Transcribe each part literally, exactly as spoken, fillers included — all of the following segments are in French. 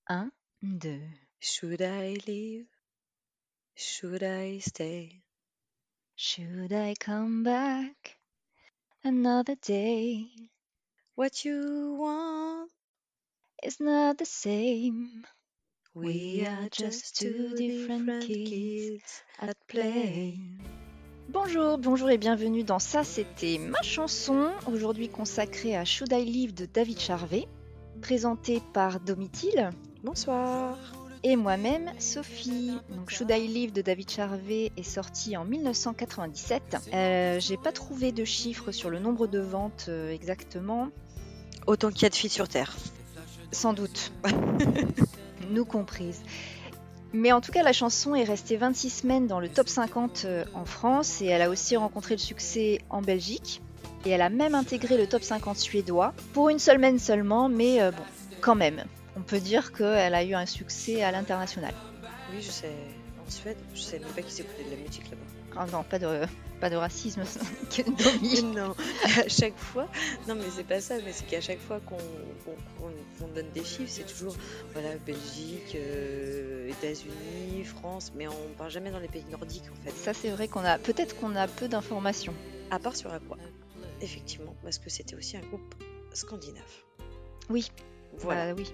Un, deux. Should I leave? Should I stay? Should I come back another day? What you want? It's not the same. We are just two different kids at play. Bonjour, bonjour et bienvenue dans Ça c'était ma chanson, aujourd'hui consacrée à Should I Leave de David Charvet, présentée par Domitil Bonsoir. et moi-même Sophie. Donc Should I Leave de David Charvet est sorti en mille neuf cent quatre-vingt-dix-sept. Euh, j'ai pas trouvé de chiffres sur le nombre de ventes euh, exactement. Autant qu'il y a de filles sur Terre. Sans doute. Nous comprises. Mais en tout cas, la chanson est restée vingt-six semaines dans le top cinquante euh, en France et elle a aussi rencontré le succès en Belgique. Et elle a même intégré le top cinquante suédois, pour une seule semaine seulement, mais euh, bon, quand même. On peut dire qu'elle a eu un succès à l'international. Oui, je sais. En Suède, je sais même pas qui s'écoutait de la musique là-bas. Ah non, pas de, pas de racisme, Domi. Non, à chaque fois, non mais c'est pas ça, mais c'est qu'à chaque fois qu'on qu'on- qu'on- qu'on donne des chiffres, c'est toujours voilà Belgique, euh, États-Unis, France, mais on parle jamais dans les pays nordiques en fait. Ça, c'est vrai qu'on a, peut-être qu'on a peu d'informations. À part sur Aqua, effectivement, parce que c'était aussi un groupe scandinave. Oui, Voilà. bah oui.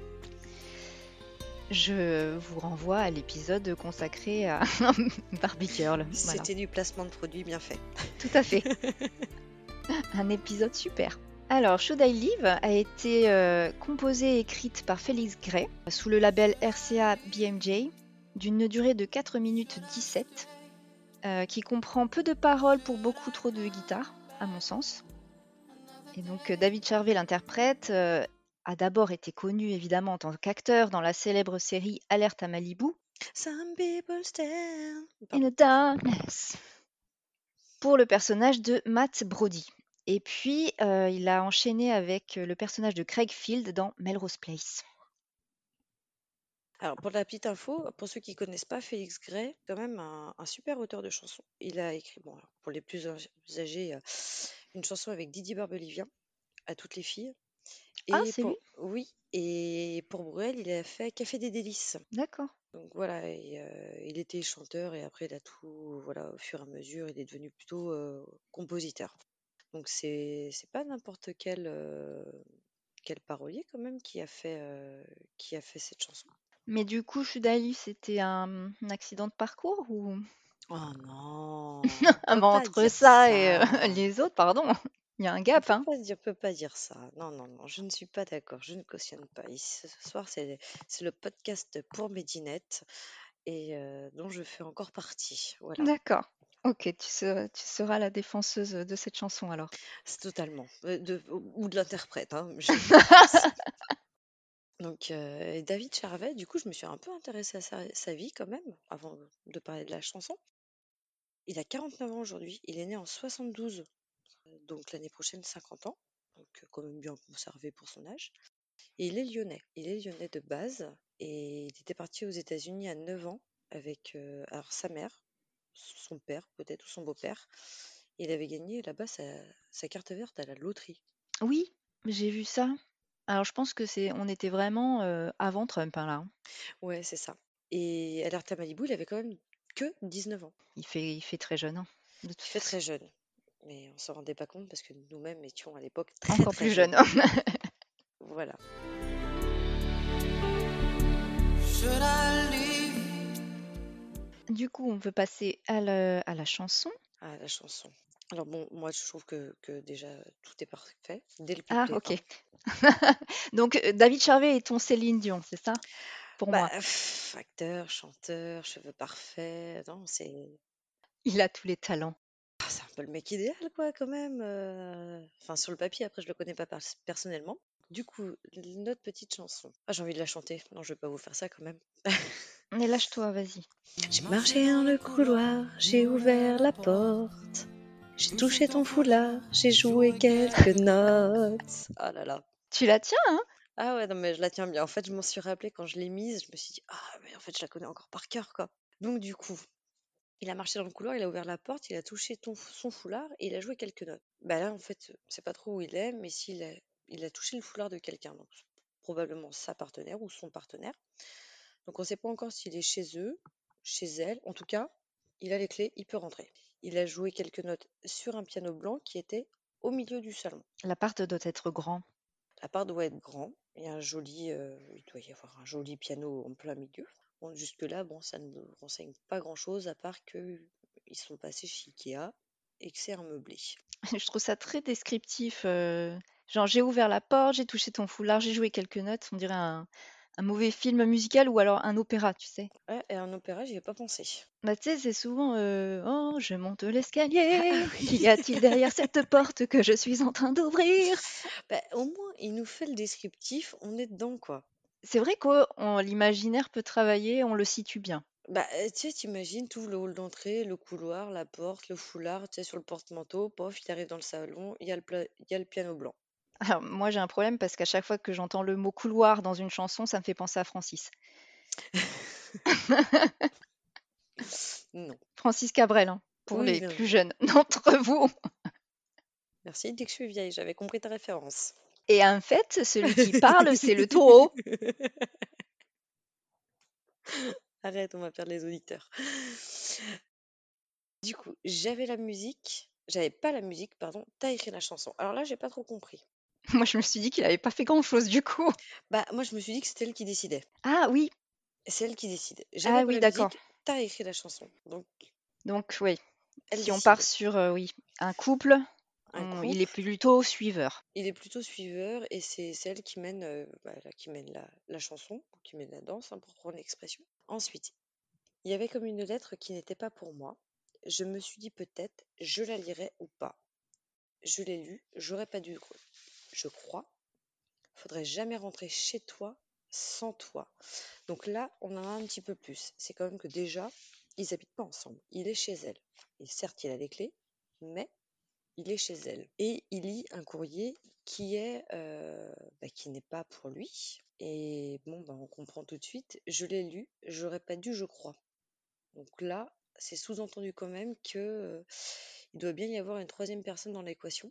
Je vous renvoie à l'épisode consacré à Barbie Girl. Voilà. C'était du placement de produits bien fait. Tout à fait. Un épisode super. Alors, Should I Leave a été euh, composée et écrite par Felix Gray sous le label R C A B M J d'une durée de quatre minutes dix-sept euh, qui comprend peu de paroles pour beaucoup trop de guitare, à mon sens. Et donc, euh, David Charvet, l'interprète, euh, a d'abord été connu évidemment en tant qu'acteur dans la célèbre série Alerte à Malibu. Some people stand. In Pardon. the darkness. Pour le personnage de Matt Brody. Et puis, euh, il a enchaîné avec le personnage de Craig Field dans Melrose Place. Alors, pour la petite info, pour ceux qui connaissent pas Félix Gray, quand même un, un super auteur de chansons. Il a écrit, bon, alors, pour les plus âg- âgés, euh, une chanson avec Didier Barbelivien, à toutes les filles. Ah, Et c'est lui? pour, oui, et pour Bruel, il a fait Café des Délices. D'accord. Donc voilà, et, euh, il était chanteur et après il a tout, voilà, au fur et à mesure, il est devenu plutôt euh, compositeur. Donc c'est c'est pas n'importe quel euh, quel parolier quand même qui a fait euh, qui a fait cette chanson. Mais du coup, Shudali, c'était un, un accident de parcours ou Oh non, ah, peut bah, pas entre dire ça et euh, ça. les autres, pardon, il y a un On gap, peut hein. pas dire, peut pas dire ça. Non, non, non, je ne suis pas d'accord. Je ne cautionne pas. Ici, ce soir, c'est c'est le podcast pour Médinette et euh, dont je fais encore partie. Voilà, D'accord. Ok, tu seras, tu seras la défenseuse de cette chanson alors. c'est totalement euh, de, ou de l'interprète, hein, j'ai pas de précis. Donc, euh, David Charvet, du coup, je me suis un peu intéressée à sa, sa vie quand même, avant de parler de la chanson. Il a quarante-neuf ans aujourd'hui, il est né en soixante-douze, euh, donc l'année prochaine cinquante ans, donc euh, quand même bien conservé pour son âge. Et il est lyonnais, il est lyonnais de base, et il était parti aux États-Unis à neuf ans avec euh, alors sa mère, son père peut-être, ou son beau-père. Il avait gagné là-bas sa, sa carte verte à la loterie. Oui, j'ai vu ça. Alors, je pense que c'est, on était vraiment euh, avant Trump, hein, là, hein. Ouais, c'est ça. Et à l'Arta Malibu, il avait quand même que dix-neuf ans. Il fait, il fait très jeune, hein, de toute Il fait façon. très jeune, mais on s'en rendait pas compte parce que nous-mêmes étions à l'époque très Encore très plus jeune. jeunes. Voilà. Should I leave? Du coup, on peut passer à, le- à la chanson. Ah, la chanson. Alors bon, moi je trouve que, que déjà tout est parfait dès le Ah, couplet, ok. hein. Donc, euh, David Charvet est ton Céline Dion, c'est ça? Pour Bah, moi. pff, acteur, chanteur, cheveux parfaits, non, c'est Il a tous les talents. ah, c'est un peu le mec idéal, quoi, quand même. euh. Enfin, sur le papier, après, je le connais pas pers- personnellement. Du coup, l- notre petite chanson. Ah, j'ai envie de la chanter. Non, je vais pas vous faire ça quand même. Mais lâche-toi, vas-y. J'ai marché dans le couloir, j'ai ouvert la porte. J'ai touché ton foulard, j'ai joué quelques notes. Oh là là. Tu la tiens, hein? Ah ouais, non, mais je la tiens bien. En fait, je m'en suis rappelé quand je l'ai mise. Je me suis dit, ah, mais en fait, je la connais encore par cœur, quoi. Donc, du coup, il a marché dans le couloir, il a ouvert la porte, il a touché ton, son foulard et il a joué quelques notes. Bah là, en fait, c'est pas trop où il est, mais s'il a, il a touché le foulard de quelqu'un. Donc, probablement sa partenaire ou son partenaire. Donc on ne sait pas encore s'il est chez eux, chez elle. En tout cas, il a les clés, il peut rentrer. Il a joué quelques notes sur un piano blanc qui était au milieu du salon. L'appart doit être grand. L'appart doit être grand. Il y a un joli, euh, il doit y avoir un joli piano en plein milieu. Bon, jusque-là, bon, ça ne nous renseigne pas grand-chose à part qu'ils sont passés chez Ikea et que c'est un meublé. Je trouve ça très descriptif. euh, Genre, j'ai ouvert la porte, j'ai touché ton foulard, j'ai joué quelques notes. On dirait un, un mauvais film musical ou alors un opéra, tu sais. Ouais, et un opéra, j'y ai pas pensé. Bah, tu sais, c'est souvent euh, Oh, je monte l'escalier. Ah Qu'y oui. a-t-il derrière cette porte que je suis en train d'ouvrir? Bah, au moins, il nous fait le descriptif, on est dedans, quoi. C'est vrai que on- l'imaginaire peut travailler, on le situe bien. Bah, euh, tu sais, t'imagines, tout le hall d'entrée, le couloir, la porte, le foulard, tu sais, sur le porte-manteau, pof, il arrive dans le salon, il y a le, pla- il y a le piano blanc. Alors, moi, j'ai un problème parce qu'à chaque fois que j'entends le mot couloir dans une chanson, ça me fait penser à Francis. Non. Francis Cabrel, hein, pour Oui, les non, plus non. jeunes d'entre vous. Merci, dès que je suis vieille, j'avais compris ta référence. Et en fait, celui qui parle, c'est le taureau. Arrête, on va perdre les auditeurs. Du coup, j'avais la musique, j'avais pas la musique, pardon, t'as écrit la chanson. Alors là, j'ai pas trop compris. Moi, je me suis dit qu'il avait pas fait grand-chose du coup. Bah, moi, je me suis dit que c'était elle qui décidait. Ah oui, C'est elle qui décide. J'avais ah pas oui, la d'accord. musique, t'as écrit la chanson. Donc, Donc oui, elle si on part décide. sur euh, oui, un couple, Un on- il est couple, plutôt suiveur. il est plutôt suiveur et c'est c'est elle qui mène, euh, bah, la- qui mène la, la chanson, ou qui mène la danse, hein, pour prendre l'expression. Ensuite, il y avait comme une lettre qui n'était pas pour moi. Je me suis dit peut-être, je la lirai ou pas. Je l'ai lue, j'aurais pas dû, je crois. Faudrait jamais rentrer chez toi sans toi. Donc là, on en a un petit peu plus. C'est quand même que déjà, ils habitent pas ensemble. Il est chez elle. Et certes, il a les clés, mais il est chez elle. Et il lit un courrier qui est, euh, bah, qui n'est pas pour lui. Et bon, bah, on comprend tout de suite. Je l'ai lu, j'aurais pas dû, je crois. Donc là, c'est sous-entendu quand même que euh, il doit bien y avoir une troisième personne dans l'équation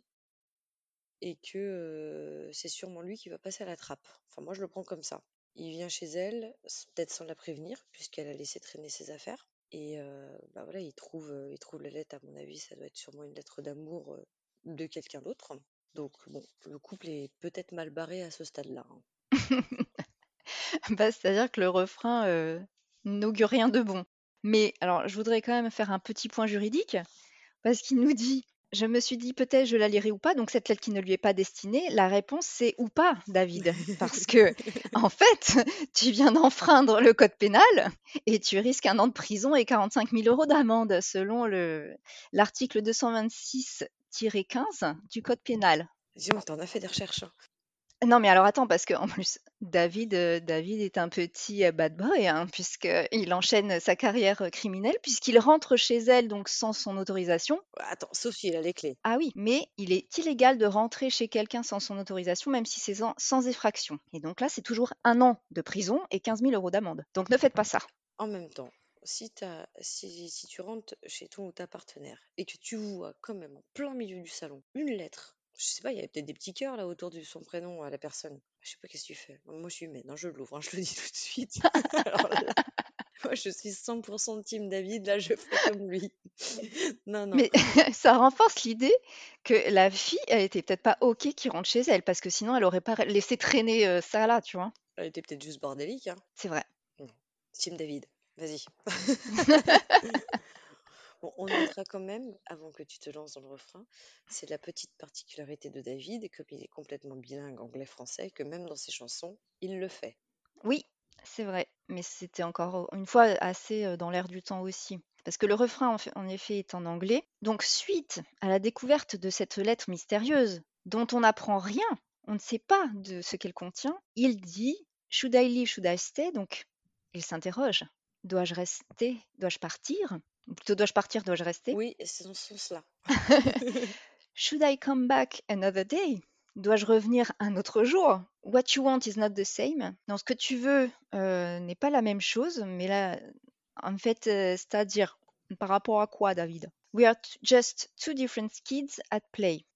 et que euh, c'est sûrement lui qui va passer à la trappe. Enfin, moi, je le prends comme ça. Il vient chez elle, s- peut-être sans la prévenir, puisqu'elle a laissé traîner ses affaires. Et euh, bah voilà, il trouve, euh, il trouve la lettre, à mon avis, ça doit être sûrement une lettre d'amour euh, de quelqu'un d'autre. Donc, bon, le couple est peut-être mal barré à ce stade-là, hein. Bah, c'est-à-dire que le refrain euh, n'augure rien de bon. Mais alors, je voudrais quand même faire un petit point juridique, parce qu'il nous dit, je me suis dit peut-être je la lirai ou pas, donc cette lettre qui ne lui est pas destinée, la réponse c'est ou pas, David. Parce que, en fait, tu viens d'enfreindre le code pénal et tu risques un an de prison et quarante-cinq mille euros d'amende selon le, l'article deux cent vingt-six quinze du code pénal. Dis donc, t'en as fait des recherches, hein. Non, mais alors attends, parce qu'en plus, David, euh, David est un petit euh, bad boy, hein, puisqu'il enchaîne sa carrière euh, criminelle, puisqu'il rentre chez elle donc sans son autorisation. Attends, Sophie, elle a les clés. Ah oui, mais il est illégal de rentrer chez quelqu'un sans son autorisation, même si c'est sans, sans effraction. Et donc là, c'est toujours un an de prison et quinze mille euros d'amende. Donc ne faites pas ça. En même temps, si, t'as- si, si tu rentres chez ton ou ta partenaire et que tu vois quand même en plein milieu du salon une lettre, je sais pas, il y avait peut-être des petits cœurs là autour de son prénom à la personne. Je sais pas qu'est-ce que tu fais. Moi, je suis humaine, hein, je l'ouvre, hein, je le dis tout de suite. Alors là, moi, je suis cent pour cent team David, là, je fais comme lui. Non, non, Mais ça renforce l'idée que la fille, elle était peut-être pas OK qu'il rentre chez elle, parce que sinon, elle aurait pas laissé traîner euh, ça là, tu vois. elle était peut-être juste bordélique, hein. C'est vrai. Non. Team David, vas-y. Bon, on notera quand même, avant que tu te lances dans le refrain, c'est la petite particularité de David, et comme il est complètement bilingue anglais-français, que même dans ses chansons, il le fait. Oui, c'est vrai, mais c'était encore une fois assez euh, dans l'air du temps aussi. Parce que le refrain, en, fait- en effet, est en anglais. Donc, suite à la découverte de cette lettre mystérieuse, dont on n'apprend rien, on ne sait pas de ce qu'elle contient, il dit Should I leave, should I stay? Donc, il s'interroge. Dois-je rester? Dois-je partir? Ou plutôt, dois-je partir? Dois-je rester? Oui, c'est dans ce sens-là. Should I come back another day? Dois-je revenir un autre jour? What you want is not the same. Non, ce que tu veux euh, n'est pas la même chose, mais là, en fait, euh, c'est-à-dire par rapport à quoi, David? We are t- just two different kids at play.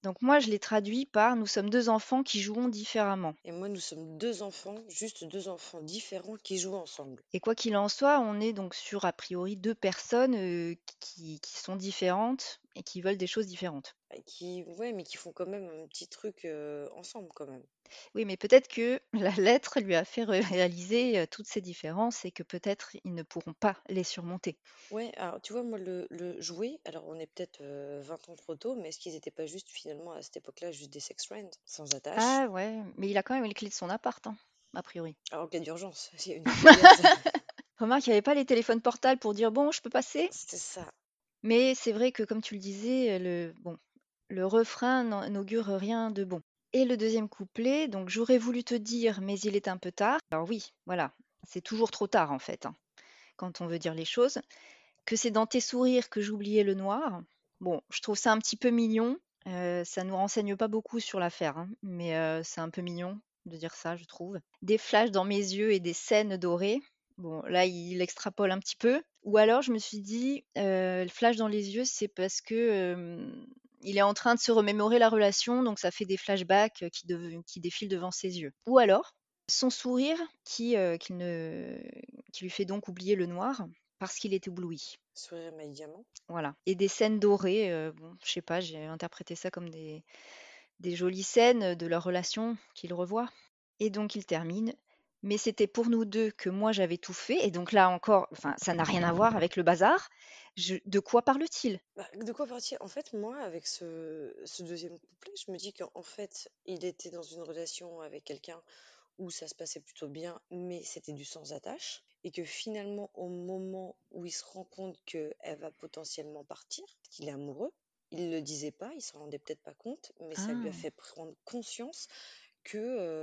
Donc moi, je l'ai traduit par nous sommes deux enfants qui jouons différemment. Et moi, nous sommes deux enfants, juste deux enfants différents qui jouent ensemble. Et quoi qu'il en soit, on est donc sur a priori deux personnes euh, qui, qui sont différentes et qui veulent des choses différentes. Et qui, ouais, mais qui font quand même un petit truc euh, ensemble quand même. Oui, mais peut-être que la lettre lui a fait ré- réaliser euh, toutes ces différences et que peut-être ils ne pourront pas les surmonter. Ouais, alors tu vois, moi, le, le jouet, alors on est peut-être euh, vingt ans trop tôt, mais est-ce qu'ils n'étaient pas juste finalement à cette époque-là juste des sex friends, sans attache? Ah ouais, mais il a quand même les clés de son appart, hein, a priori. Alors, en cas d'urgence, s'il y a une fournaise, Remarque, il n'y avait pas les téléphones portables pour dire bon, je peux passer. c'est ça. Mais c'est vrai que comme tu le disais, le, bon, le refrain n'en- n'augure rien de bon. Et le deuxième couplet, donc j'aurais voulu te dire, mais il est un peu tard. Alors oui, voilà, c'est toujours trop tard en fait, hein, quand on veut dire les choses. Que c'est dans tes sourires que j'oubliais le noir. Bon, je trouve ça un petit peu mignon. Euh, ça nous renseigne pas beaucoup sur l'affaire, hein, mais euh, c'est un peu mignon de dire ça, je trouve. Des flashs dans mes yeux et des scènes dorées. Bon, là, il extrapole un petit peu. Ou alors, je me suis dit, euh, le flash dans les yeux, c'est parce que euh, il est en train de se remémorer la relation, donc ça fait des flashbacks qui, de- qui défilent devant ses yeux. Ou alors, son sourire qui, euh, qui, ne, qui lui fait donc oublier le noir parce qu'il est ébloui. Sourire maille diamant. Voilà. Et des scènes dorées, euh, bon, je sais pas, j'ai interprété ça comme des, des jolies scènes de leur relation qu'il revoit. Et donc il termine. Mais c'était pour nous deux que moi j'avais tout fait. Et donc là encore, enfin, ça n'a rien à voir avec le bazar. Je- de quoi parle-t-il? Bah, de quoi partir? En fait, moi, avec ce, ce deuxième couplet, je me dis qu'en en fait, il était dans une relation avec quelqu'un où ça se passait plutôt bien, mais c'était du sans attache. Et que finalement, au moment où il se rend compte qu'elle va potentiellement partir, qu'il est amoureux, il ne le disait pas, il s'en rendait peut-être pas compte, mais ça lui a Ah, fait prendre conscience que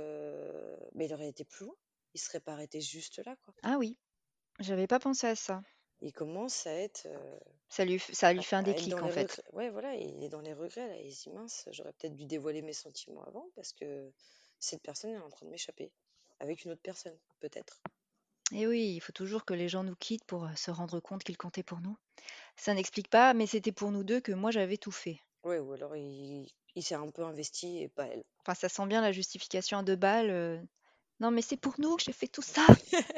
euh, bah, il aurait été plus loin. Il serait pas arrêté juste là, quoi. ah oui, j'avais pas pensé à ça. Il commence à être, euh, Ça lui, f- ça lui à, fait un à être dans déclic en les fait. regrets. Ouais, voilà, il est dans les regrets là. Il se dit mince, j'aurais peut-être dû dévoiler mes sentiments avant parce que cette personne est en train de m'échapper avec une autre personne, peut-être. Et oui, il faut toujours que les gens nous quittent pour euh, se rendre compte qu'ils comptaient pour nous. Ça n'explique pas, mais c'était pour nous deux que moi j'avais tout fait. Ouais, ou alors il, il s'est un peu investi et pas elle. Enfin, ça sent bien la justification à deux balles. euh, Non, mais c'est pour nous que j'ai fait tout ça.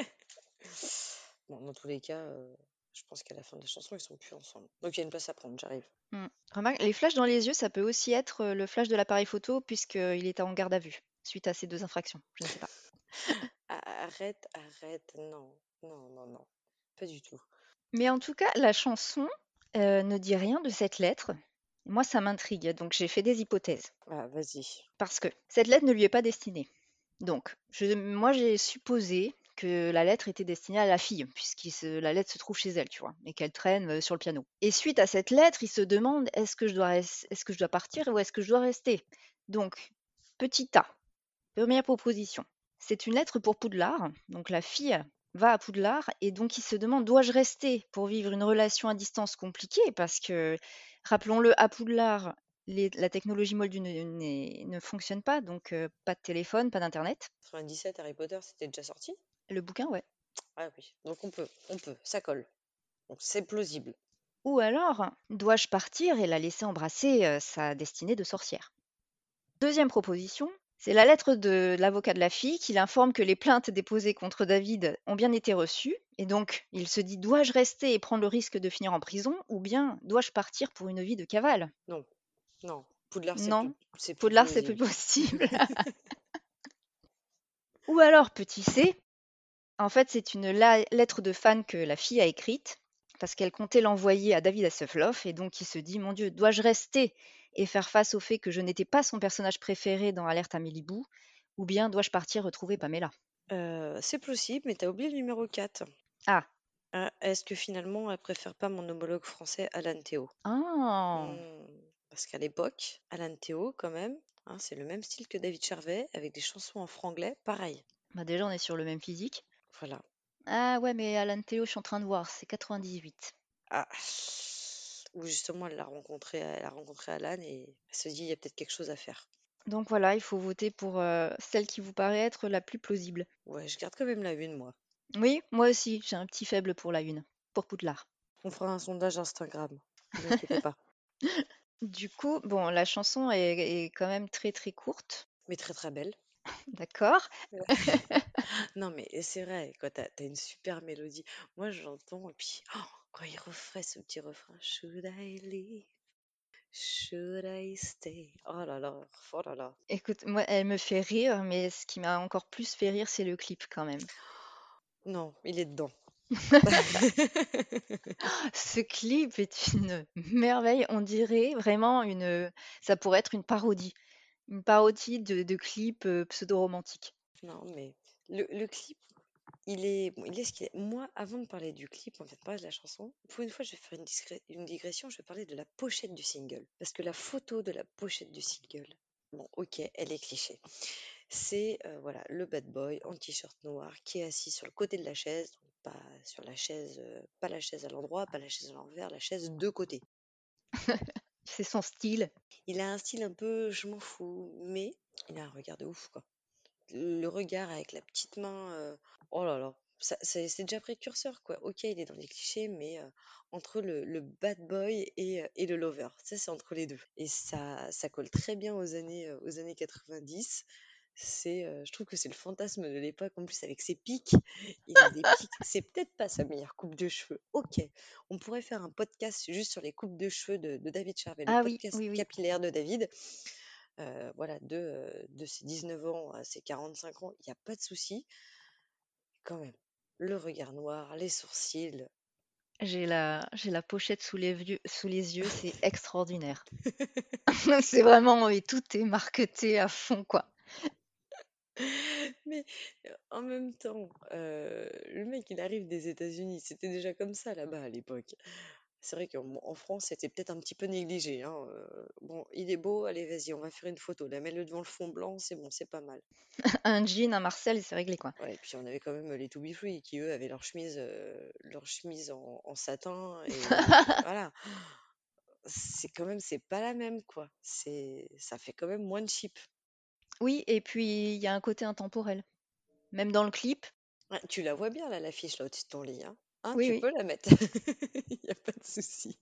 Bon, dans tous les cas, euh, je pense qu'à la fin de la chanson, ils sont plus ensemble. Donc il y a une place à prendre, j'arrive. Hmm. Remarque, les flashs dans les yeux, ça peut aussi être euh, le flash de l'appareil photo puisqu'il est en garde à vue suite à ces deux infractions. Je ne sais pas. Ah, arrête, arrête, non, non, non, non, pas du tout. Mais en tout cas, la chanson euh, ne dit rien de cette lettre. Moi, ça m'intrigue, donc j'ai fait des hypothèses. Ah, vas-y. Parce que cette lettre ne lui est pas destinée. Donc, je- moi, j'ai supposé que la lettre était destinée à la fille, puisque la lettre se trouve chez elle, tu vois, et qu'elle traîne euh, sur le piano. Et suite à cette lettre, il se demande est-ce que je dois, res- est-ce que je dois partir ou est-ce que je dois rester? Donc, petit A, première proposition. C'est une lettre pour Poudlard. Donc, la fille va à Poudlard et donc il se demande dois-je rester pour vivre une relation à distance compliquée? Parce que, rappelons-le, à Poudlard, les- la technologie moldue ne, n'est- ne fonctionne pas, donc euh, pas de téléphone, pas d'internet. quatre-vingt-dix-sept, Harry Potter, c'était déjà sorti? Le bouquin, ouais. Ah oui, donc on peut, on peut, ça colle. Donc c'est plausible. Ou alors, dois-je partir et la laisser embrasser euh, sa destinée de sorcière? Deuxième proposition, c'est la lettre de l'avocat de la fille qui l'informe que les plaintes déposées contre David ont bien été reçues, et donc il se dit dois-je rester et prendre le risque de finir en prison, ou bien dois-je partir pour une vie de cavale? Non, non. Poudlard, c'est plus, Non, c'est plus Poudlard, c'est plus plausible. possible. Ou alors, petit c, en fait, c'est une la- lettre de fan que la fille a écrite parce qu'elle comptait l'envoyer à David Hasselhoff et donc il se dit mon Dieu, dois-je rester et faire face au fait que je n'étais pas son personnage préféré dans Alerte à Malibu ou bien dois-je partir retrouver Pamela? Euh, c'est possible, mais t'as oublié le numéro quatre. Ah, Ah, est-ce que finalement, elle préfère pas mon homologue français, Alan Théo? ah, Hmm, parce qu'à l'époque, Alan Théo, quand même, hein, c'est le même style que David Charvet, avec des chansons en franglais, pareil. bah déjà on est sur le même physique. Voilà. Ah ouais, mais Alan Théo, je suis en train de voir, c'est quatre-vingt-dix-huit. Ah, où justement, elle l'a rencontré, elle a rencontré Alan et elle se dit, il y a peut-être quelque chose à faire. Donc voilà, il faut voter pour euh, celle qui vous paraît être la plus plausible. Ouais, je garde quand même la une, moi. Oui, moi aussi, j'ai un petit faible pour la une, pour Poudlard. On fera un sondage Instagram, ne vous inquiétez pas. Du coup, bon, la chanson est, est quand même très très courte, Mais très très belle. d'accord? Ouais. Non, mais c'est vrai, quand t'as, t'as une super mélodie. Moi, j'entends, et puis oh, quand il referait ce petit refrain, Should I leave? Should I stay? Oh là là, oh là là. Écoute, moi, elle me fait rire, mais ce qui m'a encore plus fait rire, c'est le clip quand même. Non, il est dedans. Ce clip est une merveille, on dirait vraiment une... Ça pourrait être une parodie. Une parodie de, de clip euh, pseudo-romantique. Non, mais le, le clip, il est, bon, il est ce qu'il est. Moi, avant de parler du clip, on vient de parler de la chanson. Pour une fois, je vais faire une, discré- une digression. Je vais parler de la pochette du single. Parce que la photo de la pochette du single, bon, ok, elle est cliché. C'est euh, voilà, le bad boy en t-shirt noir qui est assis sur le côté de la chaise. Donc pas sur la chaise, euh, pas la chaise à l'endroit, pas la chaise à l'envers, la chaise de côté. C'est son style. Il a un style un peu, je m'en fous, mais il a un regard de ouf, quoi. Le regard avec la petite main, euh, oh là là, ça- c'est c'est déjà précurseur, quoi. Ok, il est dans les clichés, mais euh, entre le, le bad boy et, euh, et le lover, ça c'est entre les deux. Et ça, ça colle très bien aux années, euh, aux années quatre-vingt-dix. C'est, euh, je trouve que c'est le fantasme de l'époque, en plus avec ses pics. Il a des pics, c'est peut-être pas sa meilleure coupe de cheveux. Ok, on pourrait faire un podcast juste sur les coupes de cheveux de, de David Charvet, le Ah oui, podcast oui, oui. capillaire de David. Euh, voilà, de, euh, de ses dix-neuf ans à ses quarante-cinq ans, il n'y a pas de souci. Quand même, le regard noir, les sourcils. J'ai la, j'ai la pochette sous les, vieux- sous les yeux, c'est extraordinaire. C'est vraiment, oui, tout est marketé à fond, quoi. Mais euh, en même temps, euh, le mec, il arrive des États-Unis. C'était déjà comme ça là-bas à l'époque. C'est vrai qu'en en France, c'était peut-être un petit peu négligé, hein. Euh, bon, il est beau, allez, vas-y, on va faire une photo. La mets-le devant le fond blanc, c'est bon, c'est pas mal. Un jean, un Marcel, et c'est réglé, quoi. Ouais, et puis on avait quand même les To Be Free qui, eux, avaient leur chemise, euh, leur chemise en, en satin. Et voilà. C'est quand même, c'est pas la même, quoi. C'est, ça fait quand même moins de cheap. Oui, et puis il y a un côté intemporel. Même dans le clip. Ouais, tu la vois bien, là, l'affiche, là, au-dessus de ton lit, hein. Hein, Oui, tu oui. peux la mettre. Il n'y a pas de souci.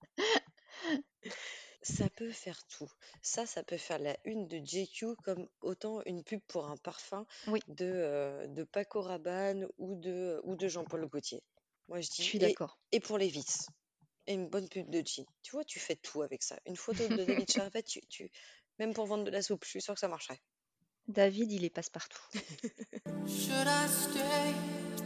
Ça peut faire tout. Ça, ça peut faire la une de J Q comme autant une pub pour un parfum Oui, de, euh, de Paco Rabanne ou de, ou de Jean-Paul Gaultier. Moi, je je dis, suis et, d'accord. et pour les vis. Et une bonne pub de jean. Tu vois, tu fais tout avec ça. Une photo de David Charvet, tu, tu, même pour vendre de la soupe, je suis sûre que ça marcherait. David, il est passe-partout. Should I stay?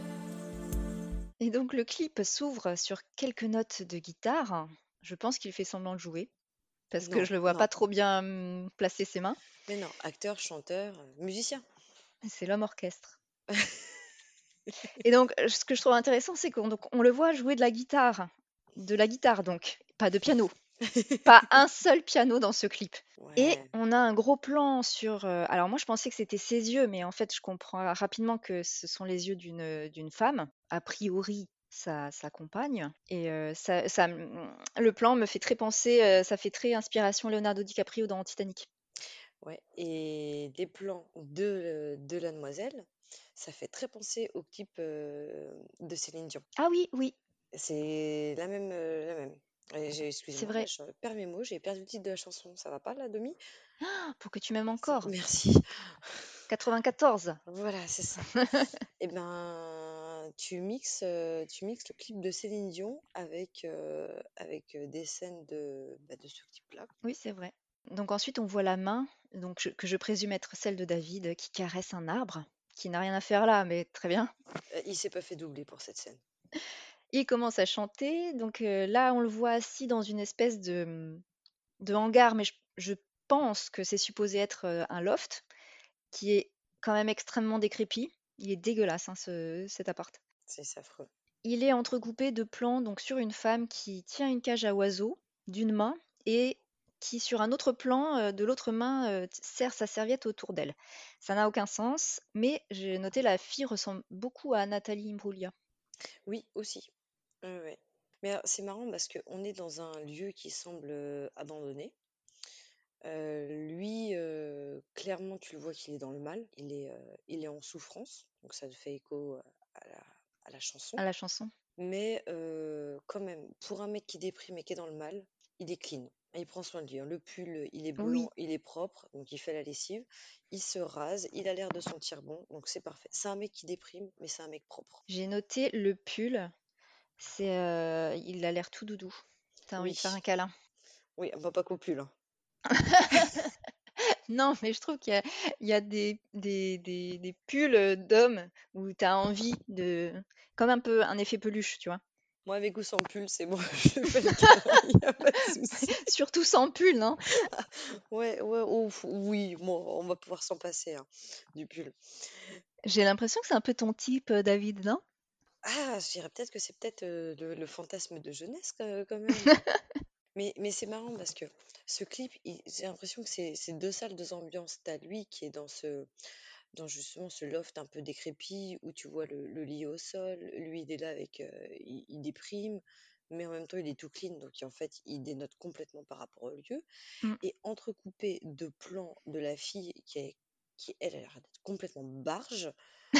Et donc le clip s'ouvre sur quelques notes de guitare. Je pense qu'il fait semblant de jouer, parce que Non, je le vois non. pas trop bien hum, placer ses mains. Mais non, acteur, chanteur, euh, musicien. C'est l'homme orchestre. Et donc, euh, ce que je trouve intéressant, c'est qu'on donc, on le voit jouer de la guitare. De la guitare, donc, pas de piano. Pas un seul piano dans ce clip. Et Ouais, on a un gros plan sur. euh, alors, moi, je pensais que c'était ses yeux, mais en fait, je comprends rapidement que ce sont les yeux d'une d'une femme. A priori, sa, sa compagne. Et euh, ça, ça m- le plan me fait très penser. euh, ça fait très inspiration Leonardo DiCaprio dans Titanic. ouais. Et des plans de, euh, de la demoiselle, ça fait très penser au clip euh, de Céline Dion. Ah oui, oui, C'est la même, euh, la même. Et j'ai- c'est Excuse-moi, là, vrai. je perds mes mots, j'ai perdu le titre de la chanson. Ça va pas, la demi? Pour que tu m'aimes C'est- encore. Merci. quatre-vingt-quatorze. Voilà, c'est ça. Eh ben, tu mixes, euh, tu mixes le clip de Céline Dion avec, euh, avec euh, des scènes de, bah, de ce clip-là. Oui, c'est vrai. Donc ensuite, on voit la main, donc je- que je présume être celle de David, qui caresse un arbre, qui n'a rien à faire là, mais très bien. Euh, il s'est pas fait doubler pour cette scène. Il commence à chanter, donc euh, là, on le voit assis dans une espèce de, de hangar, mais je, je pense que c'est supposé être euh, un loft, qui est quand même extrêmement décrépit. Il est dégueulasse, hein, ce- cet appart. C'est affreux. Il est entrecoupé de plans donc sur une femme qui tient une cage à oiseaux d'une main et qui, sur un autre plan, euh, de l'autre main, euh, t- serre sa serviette autour d'elle. Ça n'a aucun sens, mais j'ai noté la fille ressemble beaucoup à Nathalie Imbruglia. Oui, aussi. Ouais, ouais. Mais alors, c'est marrant parce qu'on est dans un lieu qui semble euh, abandonné. Euh, lui, euh, clairement, tu le vois qu'il est dans le mal. Il est, euh, il est en souffrance. Donc ça fait écho euh, à la, à la chanson. À la chanson. Mais euh, quand même, pour un mec qui déprime et qui est dans le mal, il est clean. Il prend soin de lui, hein. Le pull, il est Oui, blanc, il est propre, donc il fait la lessive. Il se rase, il a l'air de sentir bon, donc c'est parfait. C'est un mec qui déprime, mais c'est un mec propre. j'ai noté le pull. C'est, euh, il a l'air tout doudou. T'as envie de faire Oui, un câlin. oui, bah, pas qu'au pull, hein. Non, mais je trouve qu'il y a, il y a des, des, des, des pulls euh, d'hommes où t'as envie de... Comme un peu un effet peluche, tu vois. Moi, avec ou sans pull, c'est bon, je fais le câlin, il n'y a pas de souci. Surtout sans pull, non? Ouais, ouais, ouf, oui, bon, on va pouvoir s'en passer, hein, du pull. J'ai l'impression que c'est un peu ton type, euh, David, non? Ah, je dirais peut-être que c'est peut-être euh, le, le fantasme de jeunesse quand quand même. Mais, mais c'est marrant parce que ce clip, il- j'ai l'impression que c'est c'est deux salles, deux ambiances. T'as lui qui est dans ce, dans justement ce loft un peu décrépit où tu vois le, le lit au sol. Lui, il est là avec, euh, il, il déprime, mais en même temps, il est tout clean. Donc, en fait, il dénote complètement par rapport au lieu. Mm. Et entrecoupé de plans de la fille qui est, qui, elle, a l'air d'être complètement barge,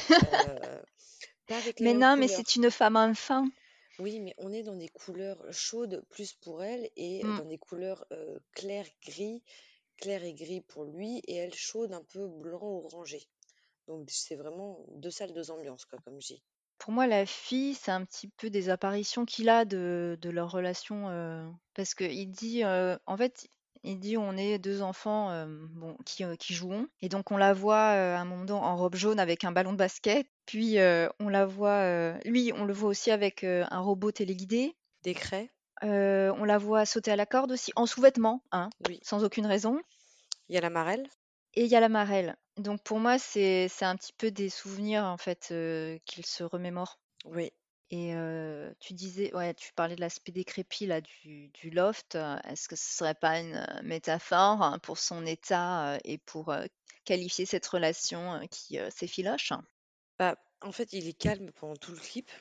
euh, pas avec les Mais mêmes non, mais couleurs. c'est une femme enfin. Oui, mais on est dans des couleurs chaudes plus pour elle et Mm. dans des couleurs euh, clair gris, clair et gris pour lui et elle chaude un peu blanc orangé. Donc c'est vraiment deux salles, deux ambiances, quoi, comme je dis. Pour moi, la fille, c'est un petit peu des apparitions qu'il a de, de leur relation. euh, parce qu'il dit, euh, en fait, il dit on est deux enfants euh, bon, qui, euh, qui jouons. Et donc, on la voit euh, à un moment donné en robe jaune avec un ballon de basket. Puis, euh, on la voit, euh, lui, on le voit aussi avec euh, un robot téléguidé. Des craies, Euh, on la voit sauter à la corde aussi, en sous-vêtements, hein, oui. sans aucune raison. Il y a la marelle, Et il y a la marelle. Donc, pour moi, c'est c'est un petit peu des souvenirs, en fait, euh, qu'il se remémore. oui. Et heu, tu disais ouais, tu parlais de l'aspect décrépit là du du loft, heu, est-ce que ce serait pas une, heu, métaphore, hein, pour son état, heu, et pour, heu, qualifier cette relation, heu, qui, heu, s'effiloche? Bah, en fait, il est calme pendant tout le clip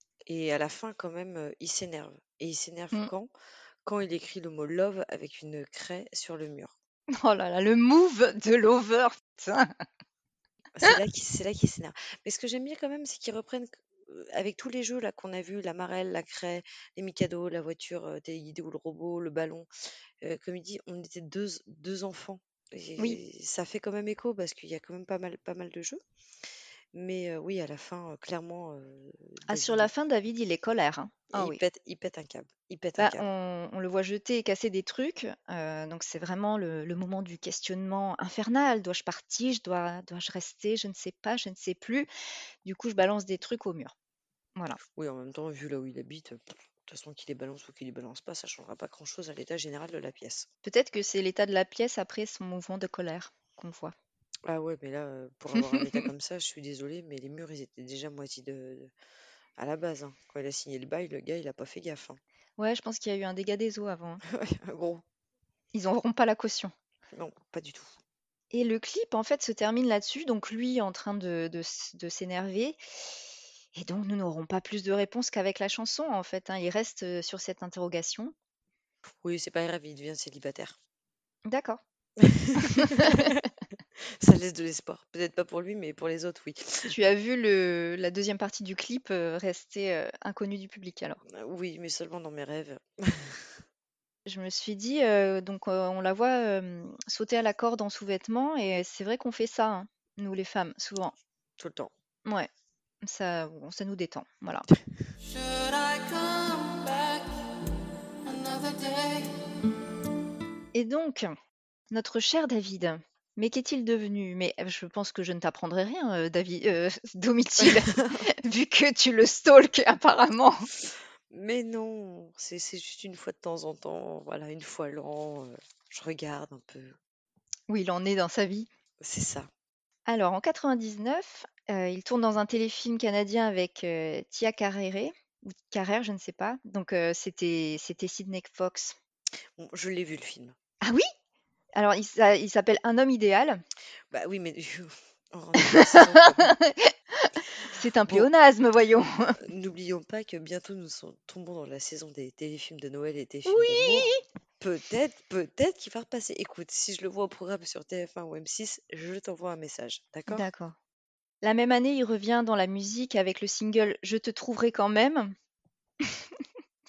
et à la fin, quand même, euh, il s'énerve. Et il s'énerve Mmh. quand? Quand il écrit le mot love avec une craie sur le mur. Oh là là, le move de Lover, putain! C'est là qu'il c'est là qu'il s'énerve. Mais ce que j'aime bien quand même, c'est qu'ils reprennent euh, avec tous les jeux là qu'on a vus, la marelle, la craie, les Mikado, la voiture euh, téléguidée ou le robot, le ballon. euh, comme il dit, on était deux, deux enfants. Oui. Et ça fait quand même écho parce qu'il y a quand même pas mal, pas mal de jeux. Mais euh, oui, à la fin, euh, clairement, euh, Ah, sur la David, fin, David, il est colère, hein. Ah il oui. pète, il pète un câble. Il pète un Bah, câble. on on le voit jeter et casser des trucs, heu, donc c'est vraiment le le moment du questionnement infernal. Dois-je partir? Je dois dois-je rester? Je ne sais pas, je ne sais plus. Du coup, je balance des trucs au mur. Voilà. Oui, en même temps, vu là où il habite, pff, de toute façon, qu'il les balance ou qu'il les balance pas, ça changera pas grand-chose à l'état général de la pièce. Peut-être que c'est l'état de la pièce après son mouvement de colère qu'on voit. Ah ouais, mais là, euh, pour avoir un état comme ça, je suis désolée, mais les murs, ils étaient déjà moisi de, de- à la base, hein. Quand il a signé le bail, le gars, il a pas fait gaffe, hein. Ouais, je pense qu'il y a eu un dégât des eaux avant, hein. Ouais, gros, Ils n'auront pas la caution. non, pas du tout. Et le clip, en fait, se termine là-dessus, donc lui en train de, de s- de s'énerver. Et donc, nous n'aurons pas plus de réponse qu'avec la chanson, en fait, hein. Il reste euh, sur cette interrogation. Oui, c'est pas grave, il devient célibataire. D'accord. Ça laisse de l'espoir. Peut-être pas pour lui, mais pour les autres, oui. Tu as vu le, la deuxième partie du clip euh, rester euh, inconnue du public, alors. Euh, Oui, mais seulement dans mes rêves. Je me suis dit, euh, donc euh, on la voit euh, sauter à la corde en sous-vêtements, et c'est vrai qu'on fait ça, hein, nous les femmes, souvent. Tout le temps. Ouais, ça, bon, ça nous détend, voilà. Should I come back another day? Et donc, notre cher David, mais qu'est-il devenu? Mais euh, je pense que je ne t'apprendrai rien, euh, David, euh, Domitil, vu que tu le stalks apparemment. Mais non, c'est c'est juste une fois de temps en temps, voilà, une fois l'an, euh, je regarde un peu. Où il en est dans sa vie. C'est ça. Alors, en quatre-vingt-dix-neuf, euh, il tourne dans un téléfilm canadien avec euh, Tia Carrere, ou Carrère, je ne sais pas. Donc, euh, c'était c'était Sidney Fox. Bon, je l'ai vu le film. Ah oui? Alors, il, s'a- il s'appelle Un homme idéal. Bah oui, mais on rentre dans la saison quand même. C'est un Bon, pléonasme, voyons. n'oublions pas que bientôt nous sont- tombons dans la saison des téléfilms de Noël et des films d'amour. Oui! Peut-être, peut-être qu'il va repasser. Écoute, si je le vois au programme sur T F un ou M six, je t'envoie un message, d'accord? D'accord. La même année, il revient dans la musique avec le single Je te trouverai quand même.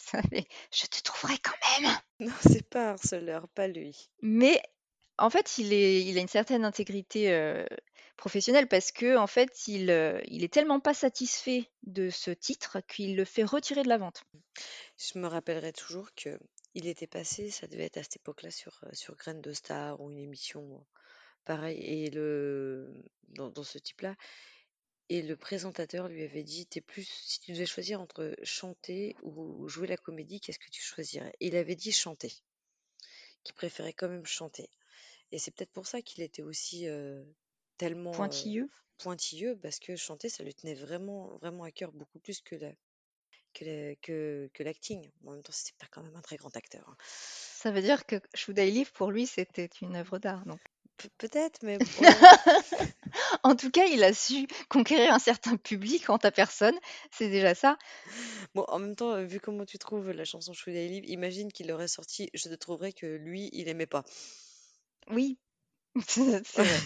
Ça fait, je te trouverai quand même. Non, c'est pas un harceleur, pas lui. Mais en fait, il est, il a une certaine intégrité euh, professionnelle parce que en fait, il, euh, il est tellement pas satisfait de ce titre qu'il le fait retirer de la vente. Je me rappellerai toujours que il était passé, ça devait être à cette époque-là sur, euh, sur Graines de Star ou une émission euh, pareil, et le dans, dans ce type-là, et le présentateur lui avait dit, t'es plus, si tu devais choisir entre chanter ou jouer la comédie, qu'est-ce que tu choisirais? Et il avait dit chanter, qu'il préférait quand même chanter. Et c'est peut-être pour ça qu'il était aussi euh, tellement euh, Pointilleux. pointilleux, parce que chanter, ça lui tenait vraiment, vraiment à cœur, beaucoup plus que la, que la- que, que l'acting. En même temps, c'était pas quand même un très grand acteur, hein. Ça veut dire que Should I Live, pour lui, c'était une œuvre d'art. Donc. Pe- peut-être, mais en même- En tout cas, il a su conquérir un certain public en ta personne. C'est déjà ça. bon, en même temps, euh, vu comment tu trouves la chanson Should I Live, imagine qu'il aurait sorti, je te trouverais que lui, il aimait pas. Oui, c'est vrai.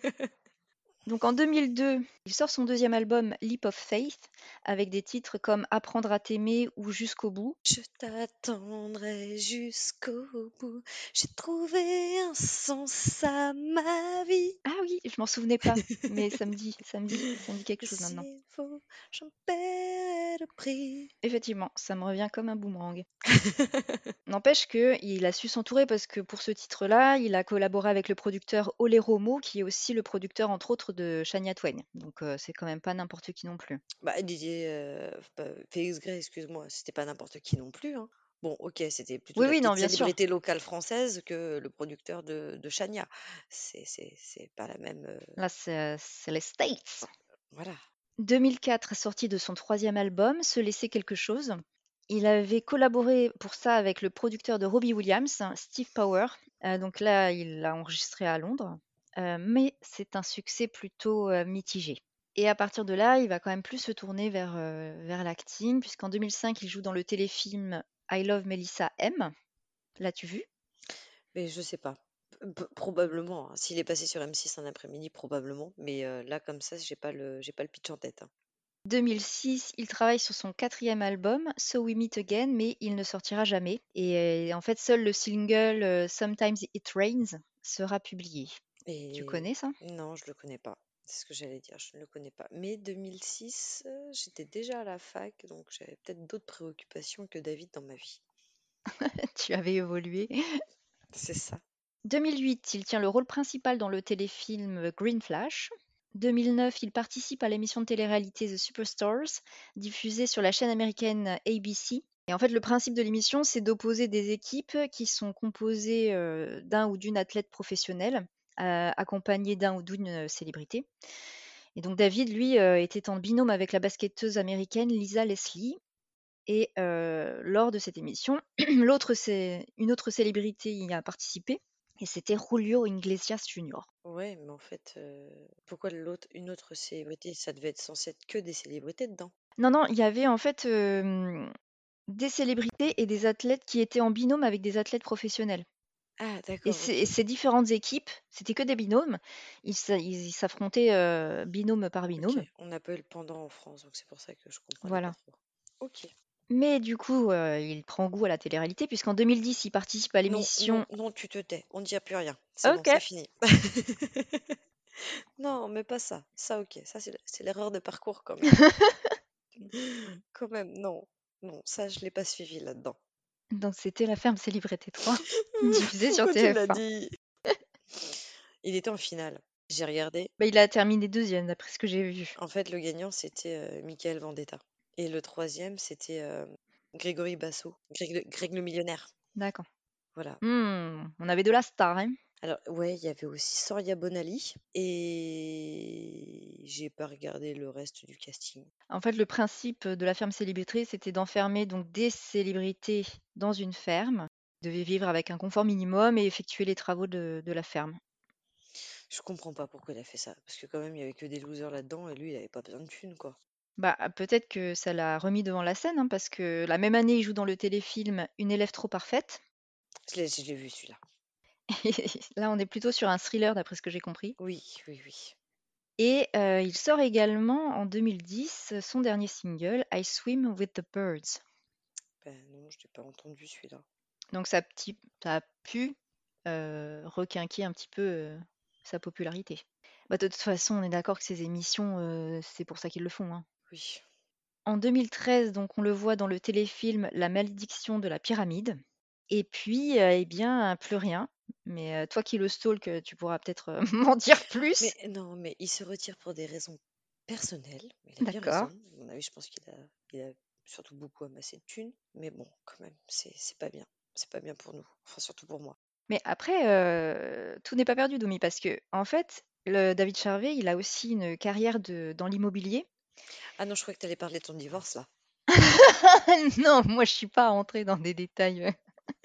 Donc en deux mille deux, il sort son deuxième album Leap of Faith avec des titres comme Apprendre à t'aimer ou Jusqu'au bout. Je t'attendrai jusqu'au bout. J'ai trouvé un sens à ma vie. Ah oui, je m'en souvenais pas, mais ça me dit, ça me dit, ça me dit quelque Et chose maintenant. s'il faut, j'en paierai le prix. Effectivement, ça me revient comme un boomerang. N'empêche qu'il a su s'entourer parce que pour ce titre-là, il a collaboré avec le producteur Ole Romo, qui est aussi le producteur, entre autres, de Shania Twain. Donc euh, c'est quand même pas n'importe qui non plus. Bah, Didier, euh, pas- Félix Gray, excuse-moi, c'était pas n'importe qui non plus, hein. Bon, ok, c'était plutôt Oui, la oui, non, petite bien sûr. célébrité locale française que le producteur de, de Shania. C'est, c'est, c'est pas la même. euh, Là, c'est euh, c'est les States. Voilà. deux mille quatre, sortie de son troisième album, Se laisser quelque chose. Il avait collaboré pour ça avec le producteur de Robbie Williams, Steve Power. Euh, donc là, il l'a enregistré à Londres. Euh, mais c'est un succès plutôt euh, mitigé. Et à partir de là, il va quand même plus se tourner vers, euh, vers l'acting, puisqu'en deux mille cinq, il joue dans le téléfilm I Love Melissa M. L'as-tu vu? Mais je sais pas. P- probablement, hein. S'il est passé sur M six un après-midi, probablement. Mais euh, là, comme ça, j'ai pas le, j'ai pas le pitch en tête, hein. deux mille six, il travaille sur son quatrième album, So We Meet Again, mais il ne sortira jamais. Et euh, en fait, seul le single euh, Sometimes It Rains sera publié. Tu Et connais ça? non, je le connais pas. C'est ce que j'allais dire, je ne le connais pas. Mais deux mille six, euh, j'étais déjà à la fac, donc j'avais peut-être d'autres préoccupations que David dans ma vie. Tu avais évolué. C'est ça. deux mille huit, il tient le rôle principal dans le téléfilm Green Flash. deux mille neuf, il participe à l'émission de télé-réalité The Superstars, diffusée sur la chaîne américaine A B C. Et en fait, le principe de l'émission, c'est d'opposer des équipes qui sont composées euh, d'un ou d'une athlète professionnelle, euh, accompagnée d'un ou d'une euh, célébrité. Et donc David, lui, euh, était en binôme avec la basketteuse américaine Lisa Leslie. Et euh, lors de cette émission, l'autre, c'est une autre célébrité y a participé, et c'était Julio Iglesias junior Ouais, mais en fait, euh, pourquoi l'autre, une autre célébrité, ça devait être censé être que des célébrités dedans. Non, non, il y avait en fait euh, des célébrités et des athlètes qui étaient en binôme avec des athlètes professionnels. Ah, Et, d'accord, ces et ok. ces différentes équipes, c'était que des binômes. Ils s'a- ils- ils s'affrontaient euh, binôme par Ok, binôme. on n'a pas eu le pendant en France, donc c'est pour ça que je comprenais pas Voilà. trop. Ok. Mais du coup, euh, il prend goût à la télé-réalité, puisqu'en deux mille dix, il participe à Non, non, l'émission. non, tu te tais, on ne dit plus rien. C'est bon, Ok. c'est fini. Non, mais pas ça. Ça, ok. Ça, c'est c'est l'erreur de parcours quand même. Quand même, non. Non, ça, je l'ai pas suivi là-dedans. Donc c'était La Ferme Célébrité trois, diffusée sur Pourquoi tu l'as T F un. dit? Il était en finale. J'ai regardé. Bah, il a terminé deuxième, d'après ce que j'ai vu. En fait, le gagnant, c'était euh, Michael Vendetta. Et le troisième, c'était euh, Grégory Basso. Greg le, Greg le millionnaire. D'accord. Voilà. Hmm, on avait de la star, hein. Alors, ouais, il y avait aussi Soria Bonali. Et j'ai pas regardé le reste du casting. En fait, le principe de La Ferme Célébrité, c'était d'enfermer donc des célébrités dans une ferme. Ils devaient vivre avec un confort minimum et effectuer les travaux de, de la ferme. Je comprends pas pourquoi il a fait ça. Parce que quand même, il y avait que des losers là-dedans et lui, il avait pas besoin de thunes, quoi. Bah, peut-être que ça l'a remis devant la scène, hein, parce que la même année, il joue dans le téléfilm Une élève trop parfaite. Je l'ai je l'ai vu celui-là. Là, on est plutôt sur un thriller, d'après ce que j'ai compris. Oui, oui, oui. Et euh, il sort également en deux mille dix son dernier single, I Swim with the Birds. Ben non, je l'ai pas entendu celui-là. Donc ça, petit, ça a pu euh, requinquer un petit peu euh, sa popularité. Bah, de toute façon, on est d'accord que ces émissions, euh, c'est pour ça qu'ils le font, hein. Oui. En deux mille treize, donc on le voit dans le téléfilm La malédiction de la pyramide. Et puis, euh, eh bien, plus rien. Mais euh, toi qui le stalk, euh, tu pourras peut-être euh, m'en dire plus. Mais non, mais il se retire pour des raisons personnelles. Il a bien D'accord. raison. À mon avis, je pense qu'il a, il a surtout beaucoup amassé de thunes. Mais bon, quand même, c'est c'est pas bien. C'est pas bien pour nous. Enfin, surtout pour moi. Mais après, euh, tout n'est pas perdu, Domi, parce que en fait, le David Charvet, il a aussi une carrière de, dans l'immobilier. Ah non, je crois que tu allais parler de ton divorce là. Non, moi je suis pas entrée dans des détails. euh.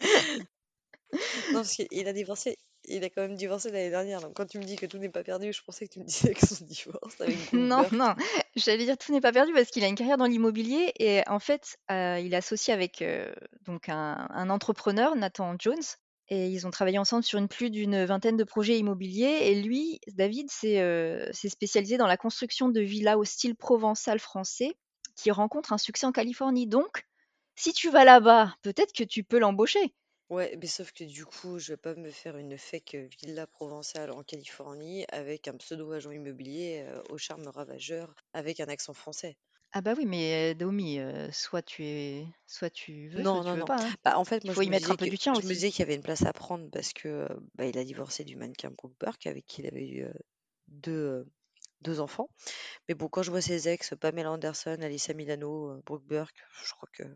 Non, parce qu'il a divorcé. Il a quand même divorcé l'année dernière. Donc quand tu me dis que tout n'est pas perdu, je pensais que tu me disais que son divorce avec Non, Bloomberg. non, j'allais dire tout n'est pas perdu parce qu'il a une carrière dans l'immobilier et en fait, euh, il est associé avec euh, donc un, un entrepreneur, Nathan Jones, et ils ont travaillé ensemble sur une plus d'une vingtaine de projets immobiliers. Et lui, David, s'est euh, s'est spécialisé dans la construction de villas au style provençal français qui rencontrent un succès en Californie. Donc, si tu vas là-bas, peut-être que tu peux l'embaucher. Ouais, mais sauf que du coup, je vais pas me faire une fake euh, villa provençale en Californie avec un pseudo-agent immobilier euh, au charme ravageur avec un accent français. Ah bah oui, mais euh, Naomi, euh, soit tu es, soit tu veux, soit Non, tu non, veux non. pas, hein. Bah, en fait, Il moi, faut je y me mettre un disais peu que du tien je me aussi. disais qu'il y avait une place à prendre parce que euh, bah, il a divorcé du mannequin Brooke Burke avec qui il avait eu euh, deux, euh, deux enfants. Mais bon, quand je vois ses ex, Pamela Anderson, Alyssa Milano, euh, Brooke Burke, je crois que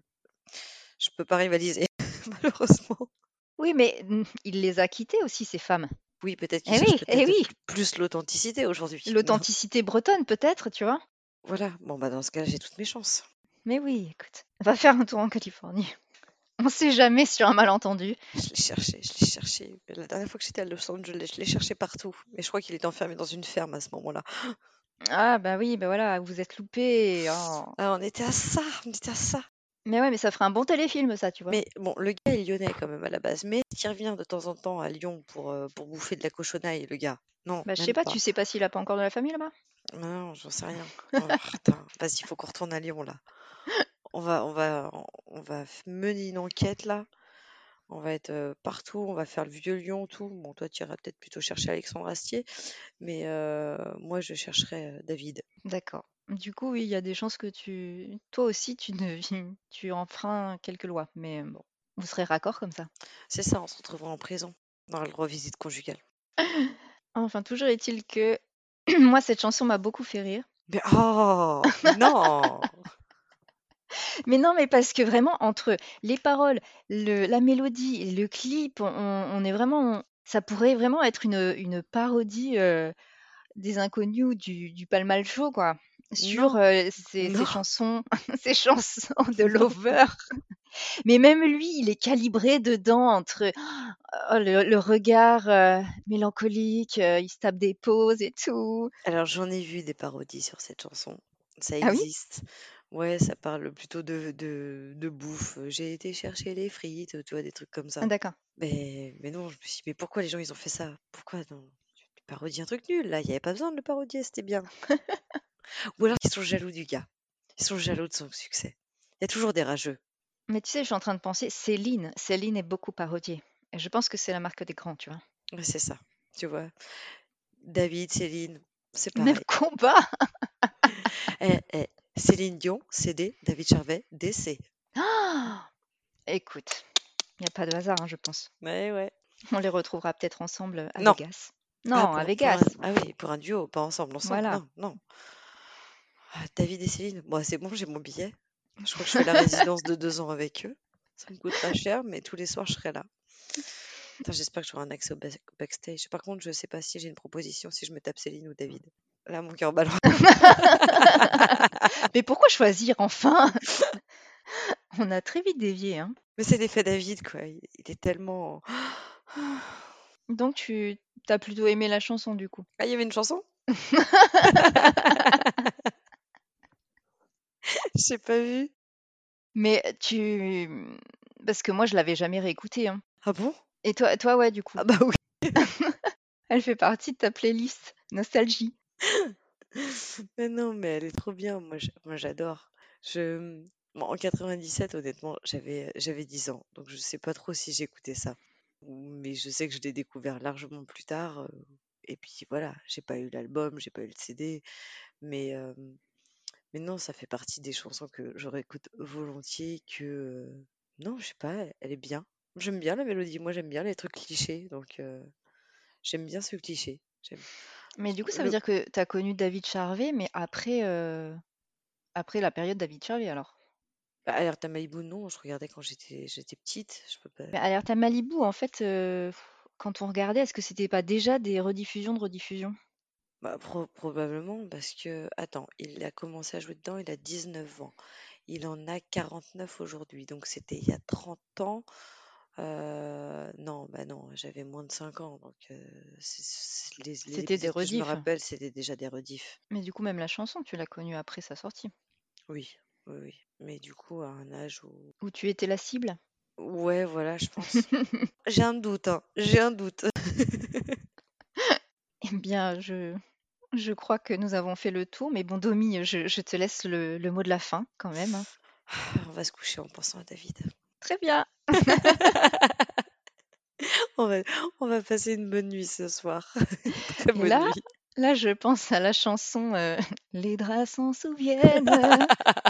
je peux pas rivaliser, malheureusement. Oui, mais mm, il les a quittées aussi, ces femmes. Oui, peut-être qu'il Eh cherche oui, eh peut-être oui, pl- plus l'authenticité aujourd'hui. l'authenticité bretonne peut-être, tu vois. Voilà, bon, bah dans ce cas, j'ai toutes mes chances. Mais oui, écoute, va faire un tour en Californie. On sait jamais sur un malentendu. Je l'ai cherché, je l'ai cherché. La dernière fois que j'étais à Los Angeles, je l'ai cherché partout. Mais je crois qu'il était enfermé dans une ferme à ce moment-là. Ah bah oui, bah voilà, vous êtes loupés. Oh. Ah, on était à ça, on était à ça. Mais ouais, mais ça ferait un bon téléfilm, ça, tu vois. Mais bon, le gars est lyonnais quand même à la base. Mais qui revient de temps en temps à Lyon pour, euh, pour bouffer de la cochonaille, le gars. Non, Bah je sais même pas, pas. tu sais pas s'il a pas encore de la famille là-bas? Non, j'en sais rien. Oh, putain, vas-y, il faut qu'on retourne à Lyon là. On va, on va, on va f- mener une enquête là. On va être euh, partout, on va faire le vieux Lyon, tout. Bon, toi, tu iras peut-être plutôt chercher Alexandre Astier, mais euh, moi, je chercherai euh, David. D'accord. Du coup, oui, il y a des chances que tu, toi aussi, tu ne, tu enfreins quelques lois. Mais bon, vous serez raccord comme ça. C'est ça, on se retrouvera en prison dans la loi visite conjugale. Enfin, toujours est-il que moi, cette chanson m'a beaucoup fait rire. Mais oh, mais non! Mais non, mais parce que vraiment, entre les paroles, le, la mélodie et le clip, on, on est vraiment. Ça pourrait vraiment être une, une parodie euh, des Inconnus ou du, du Palmal Show, quoi. Sur Non, euh, ces, ces non, chansons, ces chansons de non. Lover. Mais même lui, il est calibré dedans entre oh, le, le regard euh, mélancolique, euh, il se tape des pauses et tout. Alors, j'en ai vu des parodies sur cette chanson. Ça Ah oui? existe. Ouais, ça parle plutôt de, de, de bouffe. J'ai été chercher les frites, tu vois, des trucs comme Ah, ça. d'accord. Mais, mais non, je me suis dit, mais pourquoi les gens ils ont fait ça? Pourquoi non? Tu parodies un truc nul, là, il n'y avait pas besoin de le parodier, c'était bien. Ou alors qu'ils sont jaloux du gars. Ils sont jaloux de son succès. Il y a toujours des rageux. Mais tu sais, je suis en train de penser, Céline, Céline est beaucoup parodiée. Et je pense que c'est la marque des grands, tu vois. Ouais, c'est ça, tu vois. David, Céline, c'est Même pareil. combat. Eh, eh, Céline Dion, C D, David Charvet, D C. Ah écoute, il n'y a pas de hasard, hein, je pense. Ouais, ouais. On les retrouvera peut-être ensemble à Non. Vegas. Ah, Non, à pour, pour un, Vegas. ah oui, pour un duo, pas ensemble, ensemble. Voilà. Non, non. Ah, David et Céline, moi c'est bon, j'ai mon billet. Je crois que je fais la résidence de deux ans avec eux. Ça me coûtera cher, mais tous les soirs je serai là. Putain, j'espère que j'aurai un accès au back- backstage. Par contre, je sais pas si j'ai une proposition si je me tape Céline ou David. Là, mon cœur balance. Mais pourquoi choisir enfin? On a très vite dévié, hein. Mais c'est l'effet David, quoi. Il, il est tellement. Donc tu as plutôt aimé la chanson du coup. Ah, il y avait une chanson? J'ai pas vu. Mais tu parce que moi je l'avais jamais réécoutée, hein. Ah bon? Et toi toi ouais du coup. Ah bah oui. Elle fait partie de ta playlist nostalgie. Mais non, mais elle est trop bien. Moi, j'- moi, j'adore. Je, Bon, en quatre-vingt-dix-sept, honnêtement, j'avais j'avais dix ans, donc je sais pas trop si j'écoutais ça. Mais je sais que je l'ai découvert largement plus tard. euh, Et puis voilà, j'ai pas eu l'album, j'ai pas eu le C D, mais, euh, mais non, ça fait partie des chansons que je réécoute volontiers. Que euh, non, je sais pas, elle est bien. J'aime bien la mélodie, moi j'aime bien les trucs clichés, donc euh, j'aime bien ce cliché. J'aime Mais du coup, ça veut le dire que tu as connu David Charvet, mais après, euh, après la période David Charvet alors. bah, Alerta Malibu, non, je regardais quand j'étais j'étais petite, je peux pas. Mais Alerte à Malibu, en fait, euh, quand on regardait, est-ce que c'était pas déjà des rediffusions de rediffusions? Bah, pro- probablement parce que, attends, il a commencé à jouer dedans, il a dix-neuf ans. Il en a quarante-neuf aujourd'hui, donc c'était il y a trente ans. Euh, non, bah non, j'avais moins de cinq ans, donc euh, c'est- c'est- les, les C'était des épisodes que je me rediffs. rappelle, c'était déjà des rediffs. Mais du coup, même la chanson, tu l'as connue après sa sortie. Oui, oui, oui. Mais du coup, à un âge où... Où tu étais la cible. Ouais, voilà, je pense. J'ai un doute, hein, j'ai un doute. Eh bien, je, je crois que nous avons fait le tour. Mais bon, Domi, je, je te laisse le, le mot de la fin quand même, hein. On va se coucher en pensant à David. Très bien. On va, on va passer une bonne nuit ce soir. Très Et bonne là, nuit. là, je pense à la chanson euh, Les draps s'en souviennent.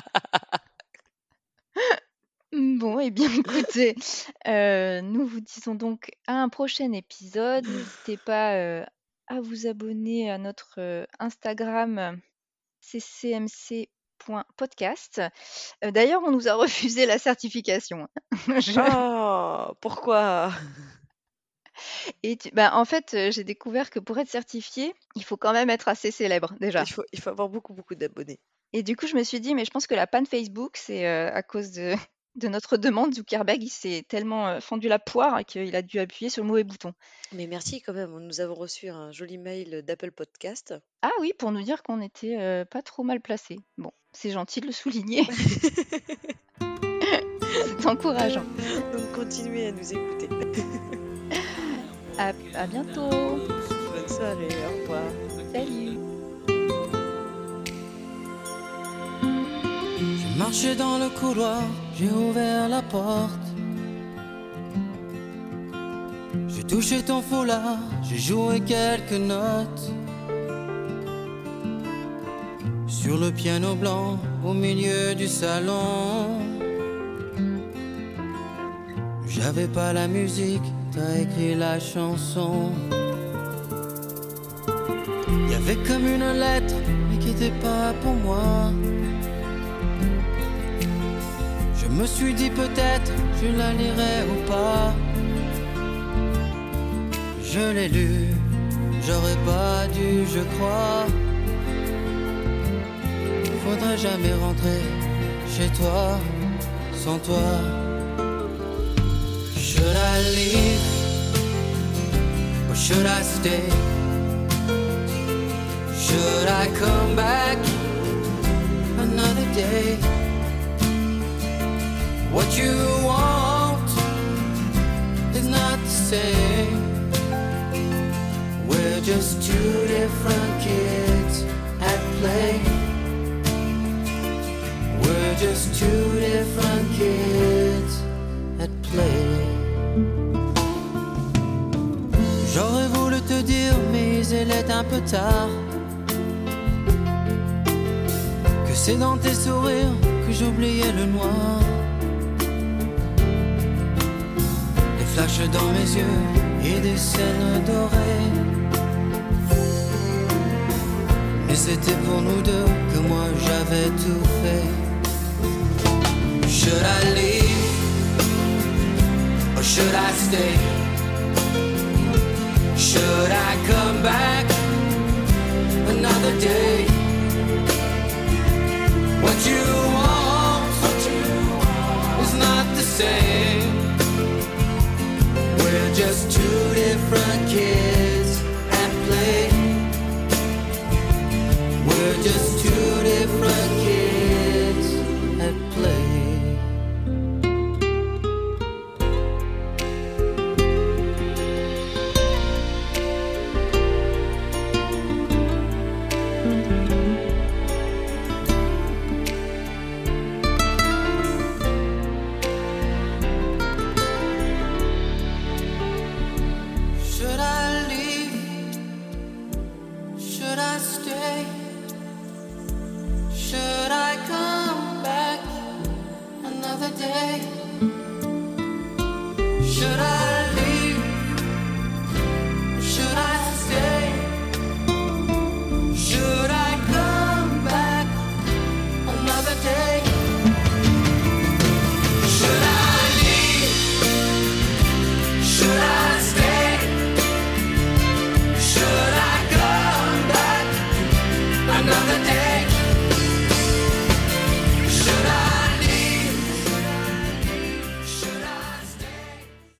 Bon, eh bien, écoutez, euh, nous vous disons donc à un prochain épisode. N'hésitez pas euh, à vous abonner à notre euh, Instagram c c m c point podcast. Euh, D'ailleurs, on nous a refusé la certification, hein. Je- Oh, pourquoi? Et tu- bah, en fait, euh, j'ai découvert que pour être certifié, il faut quand même être assez célèbre déjà. Il faut, il faut avoir beaucoup, beaucoup d'abonnés. Et du coup, je me suis dit, mais je pense que la panne Facebook, c'est euh, à cause de, de notre demande. Zuckerberg, il s'est tellement euh, fendu la poire qu'il a dû appuyer sur le mauvais bouton. Mais merci quand même, nous avons reçu un joli mail d'Apple Podcast. Ah oui, pour nous dire qu'on était euh, pas trop mal placés. Bon, c'est gentil de le souligner. C'est encourageant. Donc continuez à nous écouter. À, à bientôt. Bonne soirée, au revoir. Salut. J'ai marché dans le couloir, j'ai ouvert la porte. J'ai touché ton foulard, j'ai joué quelques notes. Sur le piano blanc, au milieu du salon. J'avais pas la musique, t'as écrit la chanson. Y avait comme une lettre, mais qui était pas pour moi. Je me suis dit peut-être je la lirai ou pas. Je l'ai lu, j'aurais pas dû, je crois. Faudrait jamais rentrer chez toi sans toi. Should I leave or should I stay? Should I come back another day? What you want is not the same. We're just two different kids at play. We're just two different kids at play. J'aurais voulu te dire, mais il est un peu tard. Que c'est dans tes sourires que j'oubliais le noir. Des flashs dans mes yeux et des scènes dorées. Mais c'était pour nous deux que moi j'avais tout fait. Should I leave or should I stay? Should I come back another day? What you